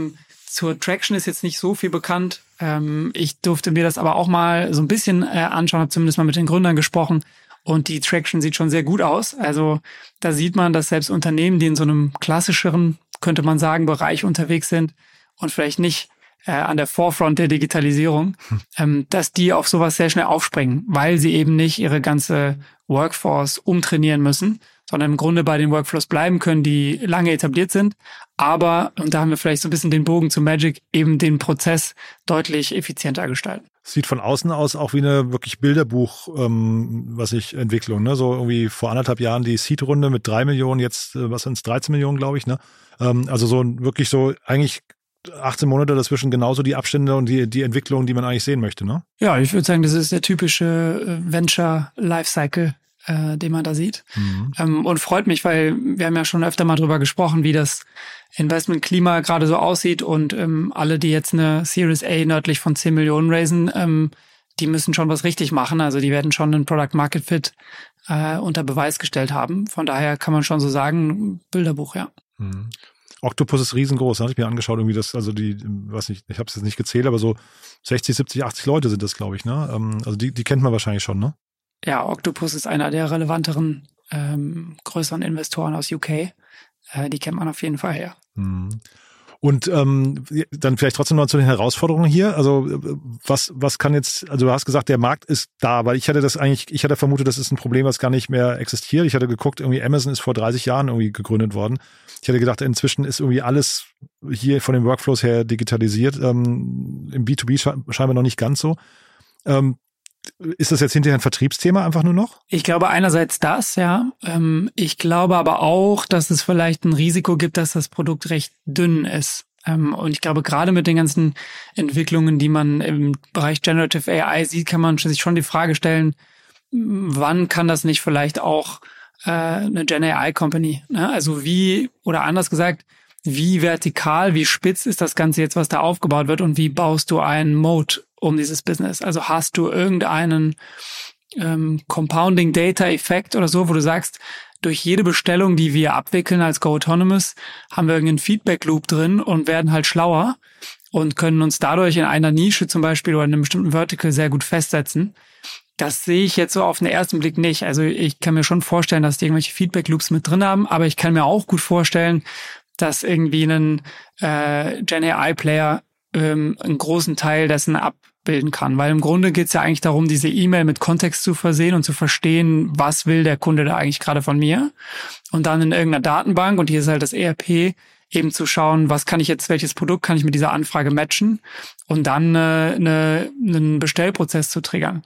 S6: Zur Traction ist jetzt nicht so viel bekannt. Ähm, ich durfte mir das aber auch mal so ein bisschen äh, anschauen, habe zumindest mal mit den Gründern gesprochen. Und die Traction sieht schon sehr gut aus. Also da sieht man, dass selbst Unternehmen, die in so einem klassischeren, könnte man sagen, Bereich unterwegs sind und vielleicht nicht äh, an der Forefront der Digitalisierung, hm. ähm, dass die auf sowas sehr schnell aufspringen, weil sie eben nicht ihre ganze Workforce umtrainieren müssen, sondern im Grunde bei den Workflows bleiben können, die lange etabliert sind. Aber, und da haben wir vielleicht so ein bisschen den Bogen zu Magic, eben den Prozess deutlich effizienter gestalten.
S3: Sieht von außen aus auch wie eine wirklich Bilderbuch, ähm, was ich Entwicklung, ne? So irgendwie vor anderthalb Jahren die Seed-Runde mit drei Millionen, jetzt, äh, was sind's, dreizehn Millionen, glaube ich, ne? Ähm, also so wirklich so eigentlich achtzehn Monate dazwischen genauso die Abstände und die, die Entwicklung, die man eigentlich sehen möchte, ne?
S6: Ja, ich würde sagen, das ist der typische Venture-Lifecycle, äh, den man da sieht. Mhm. Ähm, und freut mich, weil wir haben ja schon öfter mal drüber gesprochen, wie das Investmentklima gerade so aussieht und ähm, alle, die jetzt eine Series A nördlich von zehn Millionen raisen, ähm, die müssen schon was richtig machen. Also die werden schon einen Product Market Fit äh, unter Beweis gestellt haben. Von daher kann man schon so sagen, Bilderbuch, ja.
S3: Mhm. Octopus ist riesengroß, hatte ich mir angeschaut, irgendwie das, also die, weiß nicht, ich habe es jetzt nicht gezählt, aber so sechzig, siebzig, achtzig Leute sind das, glaube ich, ne? Ähm, also die, die kennt man wahrscheinlich schon, ne?
S6: Ja, Octopus ist einer der relevanteren, ähm, größeren Investoren aus U K. Äh, die kennt man auf jeden Fall, ja.
S3: Mhm. Und ähm, dann vielleicht trotzdem noch zu den Herausforderungen hier. Also was was kann jetzt, also du hast gesagt, der Markt ist da, weil ich hatte das eigentlich, ich hatte vermutet, das ist ein Problem, was gar nicht mehr existiert. Ich hatte geguckt, irgendwie Amazon ist vor dreißig Jahren irgendwie gegründet worden. Ich hatte gedacht, inzwischen ist irgendwie alles hier von den Workflows her digitalisiert. Ähm, im B zwei B sche- scheinbar noch nicht ganz so. Ähm, Ist das jetzt hinterher ein Vertriebsthema einfach nur noch?
S6: Ich glaube einerseits das, ja. Ich glaube aber auch, dass es vielleicht ein Risiko gibt, dass das Produkt recht dünn ist. Und ich glaube, gerade mit den ganzen Entwicklungen, die man im Bereich Generative A I sieht, kann man sich schon die Frage stellen, wann kann das nicht vielleicht auch eine Gen A I Company? Also wie, oder anders gesagt, wie vertikal, wie spitz ist das Ganze jetzt, was da aufgebaut wird und wie baust du einen Moat um dieses Business? Also hast du irgendeinen ähm, Compounding Data Effekt oder so, wo du sagst, durch jede Bestellung, die wir abwickeln als Go Autonomous, haben wir irgendeinen Feedback Loop drin und werden halt schlauer und können uns dadurch in einer Nische zum Beispiel oder in einem bestimmten Vertical sehr gut festsetzen. Das sehe ich jetzt so auf den ersten Blick nicht. Also ich kann mir schon vorstellen, dass die irgendwelche Feedback Loops mit drin haben, aber ich kann mir auch gut vorstellen, dass irgendwie ein äh, Gen A I-Player ähm, einen großen Teil dessen abbilden kann. Weil im Grunde geht es ja eigentlich darum, diese E-Mail mit Kontext zu versehen und zu verstehen, was will der Kunde da eigentlich gerade von mir. Und dann in irgendeiner Datenbank, und hier ist halt das E R P, eben zu schauen, was kann ich jetzt, welches Produkt kann ich mit dieser Anfrage matchen und dann äh, eine, einen Bestellprozess zu triggern.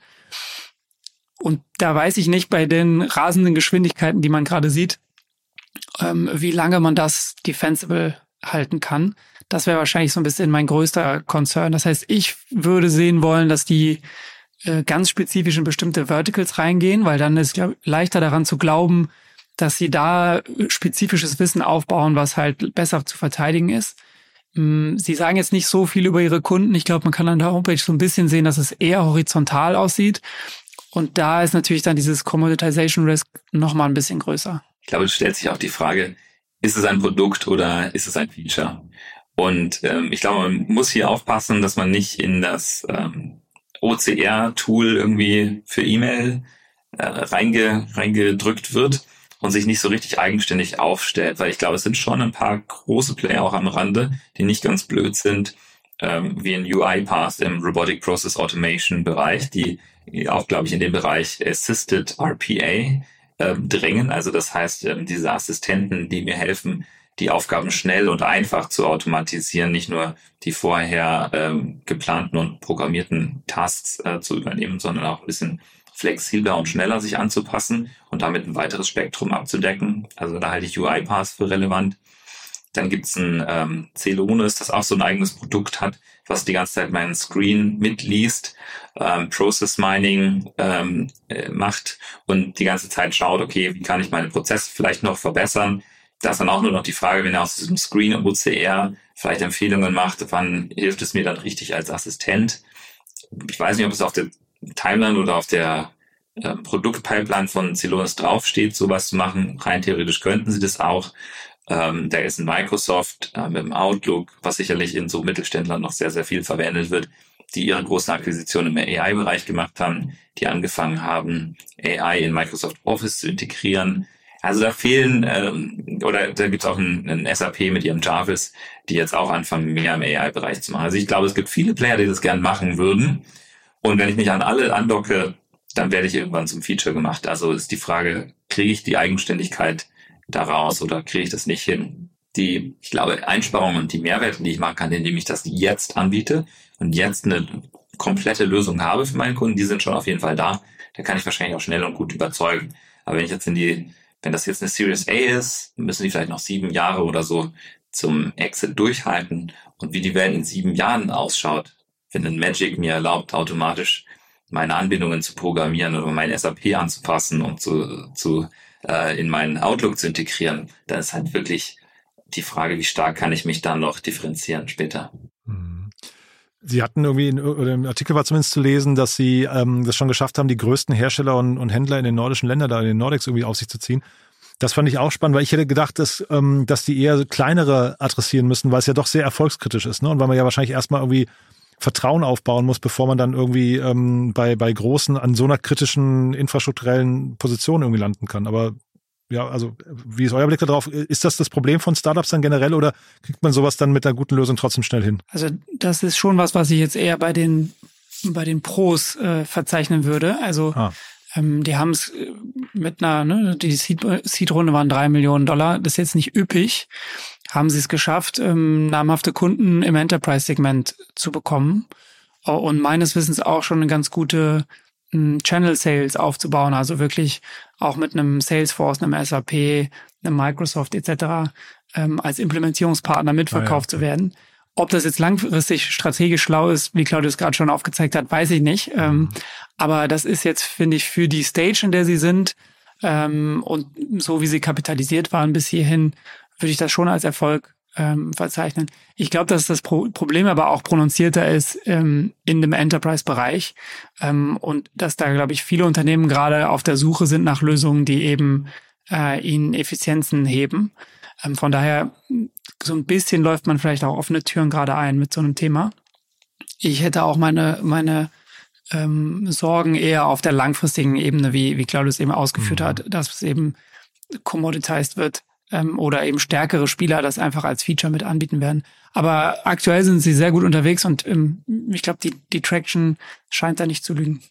S6: Und da weiß ich nicht, bei den rasenden Geschwindigkeiten, die man gerade sieht, ähm, wie lange man das defensible halten kann. Das wäre wahrscheinlich so ein bisschen mein größter Concern. Das heißt, ich würde sehen wollen, dass die äh, ganz spezifisch in bestimmte Verticals reingehen, weil dann ist glaub, leichter daran zu glauben, dass sie da spezifisches Wissen aufbauen, was halt besser zu verteidigen ist. Ähm, sie sagen jetzt nicht so viel über ihre Kunden. Ich glaube, man kann an der Homepage so ein bisschen sehen, dass es eher horizontal aussieht. Und da ist natürlich dann dieses Commoditization Risk nochmal ein bisschen größer.
S5: Ich glaube, es stellt sich auch die Frage, ist es ein Produkt oder ist es ein Feature? Und ähm, ich glaube, man muss hier aufpassen, dass man nicht in das ähm, O C R-Tool irgendwie für E-Mail äh, reinge, reingedrückt wird und sich nicht so richtig eigenständig aufstellt. Weil ich glaube, es sind schon ein paar große Player auch am Rande, die nicht ganz blöd sind, ähm, wie ein UiPath im Robotic Process Automation Bereich, die auch, glaube ich, in den Bereich Assisted R P A äh, drängen. Also das heißt, äh, diese Assistenten, die mir helfen, die Aufgaben schnell und einfach zu automatisieren, nicht nur die vorher ähm, geplanten und programmierten Tasks äh, zu übernehmen, sondern auch ein bisschen flexibler und schneller sich anzupassen und damit ein weiteres Spektrum abzudecken. Also da halte ich UiPath für relevant. Dann gibt's ein ähm, Celonis, das auch so ein eigenes Produkt hat, was die ganze Zeit meinen Screen mitliest, ähm, Process Mining ähm, äh, macht und die ganze Zeit schaut, okay, wie kann ich meine Prozesse vielleicht noch verbessern. Da ist dann auch nur noch die Frage, wenn er aus diesem Screen O C R vielleicht Empfehlungen macht, wann hilft es mir dann richtig als Assistent. Ich weiß nicht, ob es auf der Timeline oder auf der äh, Produktpipeline von Celonis draufsteht, sowas zu machen. Rein theoretisch könnten sie das auch. Ähm, da ist ein Microsoft äh, mit dem Outlook, was sicherlich in so Mittelständlern noch sehr, sehr viel verwendet wird, die ihre großen Akquisitionen im A I-Bereich gemacht haben, die angefangen haben, A I in Microsoft Office zu integrieren. Also da fehlen, ähm, oder da gibt es auch einen, einen S A P mit ihrem Jarvis, die jetzt auch anfangen, mehr im A I-Bereich zu machen. Also ich glaube, es gibt viele Player, die das gern machen würden. Und wenn ich mich an alle andocke, dann werde ich irgendwann zum Feature gemacht. Also ist die Frage, kriege ich die Eigenständigkeit daraus oder kriege ich das nicht hin? Die, ich glaube, Einsparungen und die Mehrwerte, die ich machen kann, indem ich das jetzt anbiete und jetzt eine komplette Lösung habe für meinen Kunden, die sind schon auf jeden Fall da. Da kann ich wahrscheinlich auch schnell und gut überzeugen. Aber wenn ich jetzt in die Wenn das jetzt eine Series A ist, müssen die vielleicht noch sieben Jahre oder so zum Exit durchhalten. Und wie die Welt in sieben Jahren ausschaut, wenn ein Magic mir erlaubt, automatisch meine Anbindungen zu programmieren oder mein S A P anzupassen und zu, zu äh, in meinen Outlook zu integrieren, dann ist halt wirklich die Frage, wie stark kann ich mich dann noch differenzieren später.
S3: Sie hatten irgendwie, in, oder im Artikel war zumindest zu lesen, dass Sie ähm, das schon geschafft haben, die größten Hersteller und, und Händler in den nordischen Ländern, da in den Nordics irgendwie auf sich zu ziehen. Das fand ich auch spannend, weil ich hätte gedacht, dass, ähm, dass die eher kleinere adressieren müssen, weil es ja doch sehr erfolgskritisch ist, ne? Und weil man ja wahrscheinlich erstmal irgendwie Vertrauen aufbauen muss, bevor man dann irgendwie ähm, bei, bei großen, an so einer kritischen infrastrukturellen Position irgendwie landen kann. Aber ja, also wie ist euer Blick darauf? Ist das das Problem von Startups dann generell oder kriegt man sowas dann mit einer guten Lösung trotzdem schnell hin?
S6: Also das ist schon was, was ich jetzt eher bei den bei den Pros äh, verzeichnen würde. Also ah. ähm, die haben es mit einer, ne, die Seed-Runde waren drei Millionen Dollar, das ist jetzt nicht üppig, haben sie es geschafft, ähm, namhafte Kunden im Enterprise-Segment zu bekommen und meines Wissens auch schon eine ganz gute Channel Sales aufzubauen, also wirklich auch mit einem Salesforce, einem S A P, einem Microsoft et cetera ähm, als Implementierungspartner mitverkauft ah, ja. zu werden. Ob das jetzt langfristig strategisch schlau ist, wie Claudius gerade schon aufgezeigt hat, weiß ich nicht. Mhm. Ähm, aber das ist jetzt, finde ich, für die Stage, in der sie sind ähm, und so wie sie kapitalisiert waren bis hierhin, würde ich das schon als Erfolg ähm, verzeichnen. Ich glaube, dass das Pro- Problem aber auch prononzierter ist ähm, in dem Enterprise-Bereich ähm, und dass da, glaube ich, viele Unternehmen gerade auf der Suche sind nach Lösungen, die eben äh, ihnen Effizienzen heben. Ähm, von daher, so ein bisschen läuft man vielleicht auch offene Türen gerade ein mit so einem Thema. Ich hätte auch meine meine ähm, Sorgen eher auf der langfristigen Ebene, wie wie Claudius eben ausgeführt mhm. hat, dass es eben commoditized wird. Oder eben stärkere Spieler das einfach als Feature mit anbieten werden. Aber aktuell sind sie sehr gut unterwegs und ähm, ich glaube, die, die Traction scheint da nicht zu lügen.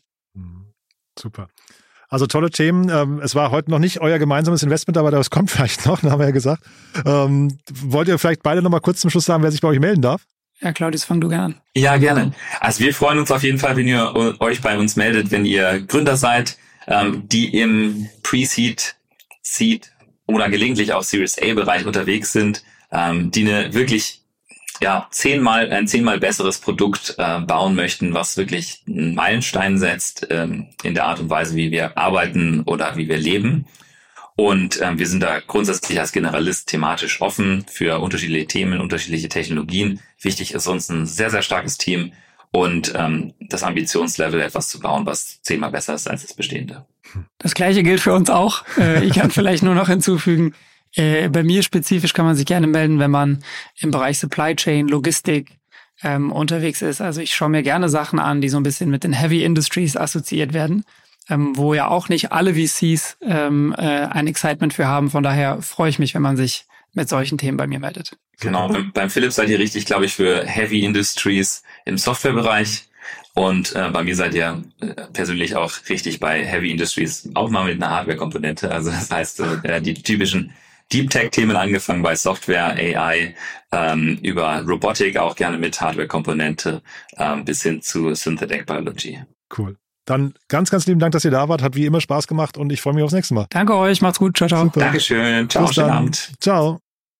S3: Super. Also tolle Themen. Ähm, es war heute noch nicht euer gemeinsames Investment, aber das kommt vielleicht noch, haben wir ja gesagt. Ähm, wollt ihr vielleicht beide noch mal kurz zum Schluss sagen, wer sich bei euch melden darf?
S6: Ja, Claudius, fang du gerne an.
S5: Ja, gerne. Also wir freuen uns auf jeden Fall, wenn ihr euch bei uns meldet, wenn ihr Gründer seid, ähm, die im Pre-Seed, Seed oder gelegentlich auch Series A-Bereich unterwegs sind, ähm, die eine wirklich ja zehnmal ein zehnmal besseres Produkt äh, bauen möchten, was wirklich einen Meilenstein setzt ähm, in der Art und Weise, wie wir arbeiten oder wie wir leben. Und ähm, wir sind da grundsätzlich als Generalist thematisch offen für unterschiedliche Themen, unterschiedliche Technologien. Wichtig ist uns ein sehr, sehr starkes Team und ähm, das Ambitionslevel, etwas zu bauen, was zehnmal besser ist als das Bestehende.
S6: Das Gleiche gilt für uns auch. Ich kann vielleicht nur noch hinzufügen, bei mir spezifisch kann man sich gerne melden, wenn man im Bereich Supply Chain, Logistik ähm, unterwegs ist. Also ich schaue mir gerne Sachen an, die so ein bisschen mit den Heavy Industries assoziiert werden, ähm, wo ja auch nicht alle V Cs ähm, äh, ein Excitement für haben. Von daher freue ich mich, wenn man sich mit solchen Themen bei mir meldet.
S5: Genau, beim, beim Philipp seid ihr richtig, glaube ich, für Heavy Industries im Softwarebereich. Und äh, bei mir seid ihr äh, persönlich auch richtig bei Heavy Industries, auch mal mit einer Hardware-Komponente. Also das heißt, äh, die typischen Deep Tech-Themen angefangen bei Software, A I, ähm, über Robotik auch gerne mit Hardware-Komponente ähm, bis hin zu Synthetic Biology.
S3: Cool. Dann ganz, ganz lieben Dank, dass ihr da wart. Hat wie immer Spaß gemacht und ich freue mich aufs nächste Mal.
S6: Danke euch, macht's gut. Ciao, ciao.
S5: Super. Dankeschön. Ciao, schönen Abend.
S3: Ciao.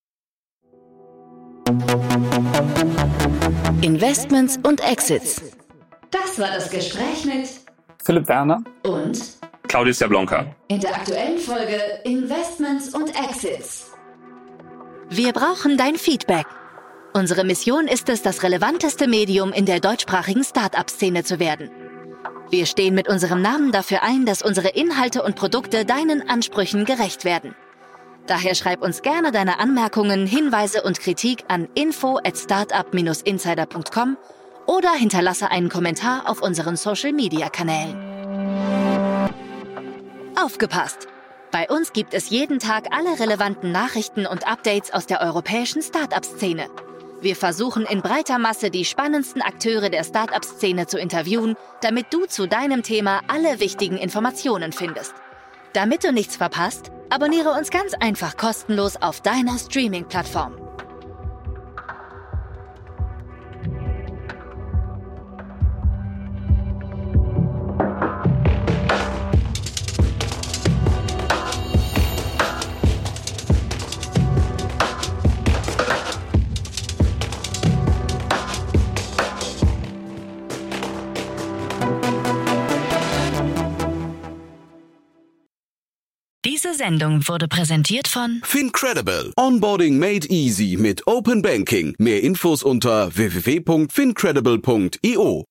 S1: Investments und Exits. Das war das Gespräch mit
S4: Philipp Werner
S1: und
S5: Claudius Jablonka.
S1: In der aktuellen Folge Investments und Exits.
S7: Wir brauchen dein Feedback. Unsere Mission ist es, das relevanteste Medium in der deutschsprachigen Start-up-Szene zu werden. Wir stehen mit unserem Namen dafür ein, dass unsere Inhalte und Produkte deinen Ansprüchen gerecht werden. Daher schreib uns gerne deine Anmerkungen, Hinweise und Kritik an info at startup dash insider punkt com oder hinterlasse einen Kommentar auf unseren Social-Media-Kanälen. Aufgepasst! Bei uns gibt es jeden Tag alle relevanten Nachrichten und Updates aus der europäischen Startup-Szene. Wir versuchen in breiter Masse die spannendsten Akteure der Startup-Szene zu interviewen, damit du zu deinem Thema alle wichtigen Informationen findest. Damit du nichts verpasst, abonniere uns ganz einfach kostenlos auf deiner Streaming-Plattform. Diese Sendung wurde präsentiert von
S2: Fincredible. Onboarding made easy mit Open Banking. Mehr Infos unter w w w punkt fincredible punkt i o.